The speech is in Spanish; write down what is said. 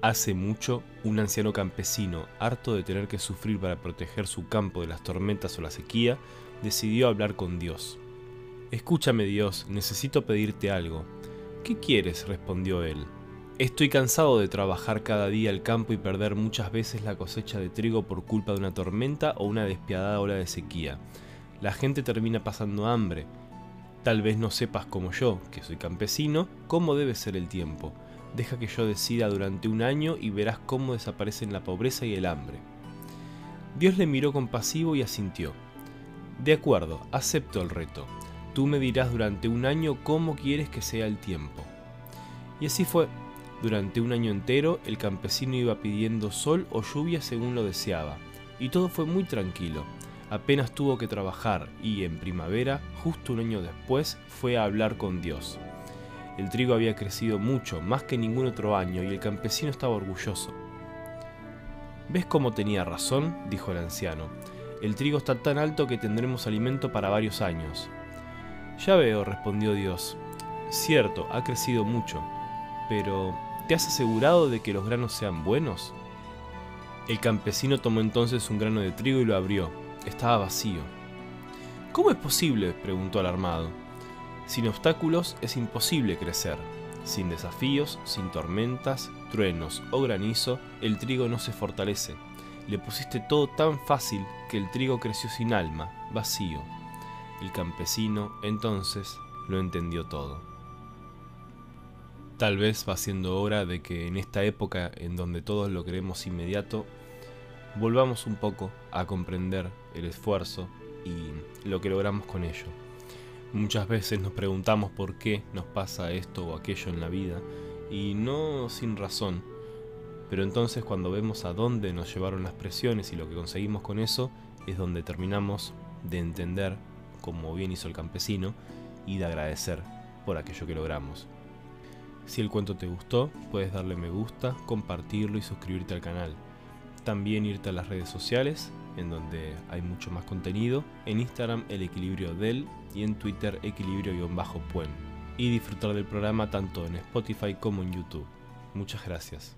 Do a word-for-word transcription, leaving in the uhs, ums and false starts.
Hace mucho, un anciano campesino, harto de tener que sufrir para proteger su campo de las tormentas o la sequía, decidió hablar con Dios. «Escúchame, Dios, necesito pedirte algo». «¿Qué quieres?», respondió él. «Estoy cansado de trabajar cada día el campo y perder muchas veces la cosecha de trigo por culpa de una tormenta o una despiadada ola de sequía. La gente termina pasando hambre. Tal vez no sepas como yo, que soy campesino, cómo debe ser el tiempo. Deja que yo decida durante un año y verás cómo desaparecen la pobreza y el hambre». Dios le miró compasivo y asintió. «De acuerdo, acepto el reto. Tú me dirás durante un año cómo quieres que sea el tiempo». Y así fue. Durante un año entero, el campesino iba pidiendo sol o lluvia según lo deseaba, y todo fue muy tranquilo. Apenas tuvo que trabajar y, en primavera, justo un año después, fue a hablar con Dios. El trigo había crecido mucho, más que ningún otro año, y el campesino estaba orgulloso. «¿Ves cómo tenía razón?», dijo el anciano. «El trigo está tan alto que tendremos alimento para varios años». «Ya veo», respondió Dios. «Cierto, ha crecido mucho. Pero, ¿te has asegurado de que los granos sean buenos?». El campesino tomó entonces un grano de trigo y lo abrió. Estaba vacío. «¿Cómo es posible?», preguntó alarmado. «Sin obstáculos es imposible crecer. Sin desafíos, sin tormentas, truenos o granizo, el trigo no se fortalece. Le pusiste todo tan fácil que el trigo creció sin alma, vacío». El campesino, entonces, lo entendió todo. Tal vez va siendo hora de que en esta época en donde todos lo queremos inmediato, volvamos un poco a comprender el esfuerzo y lo que logramos con ello. Muchas veces nos preguntamos por qué nos pasa esto o aquello en la vida, y no sin razón, pero entonces cuando vemos a dónde nos llevaron las presiones y lo que conseguimos con eso, es donde terminamos de entender, como bien hizo el campesino, y de agradecer por aquello que logramos. Si el cuento te gustó, puedes darle me gusta, compartirlo y suscribirte al canal. También irte a las redes sociales, en donde hay mucho más contenido, en Instagram El Equilibrio Del y en Twitter Equilibrio-Puen, y disfrutar del programa tanto en Spotify como en YouTube. Muchas gracias.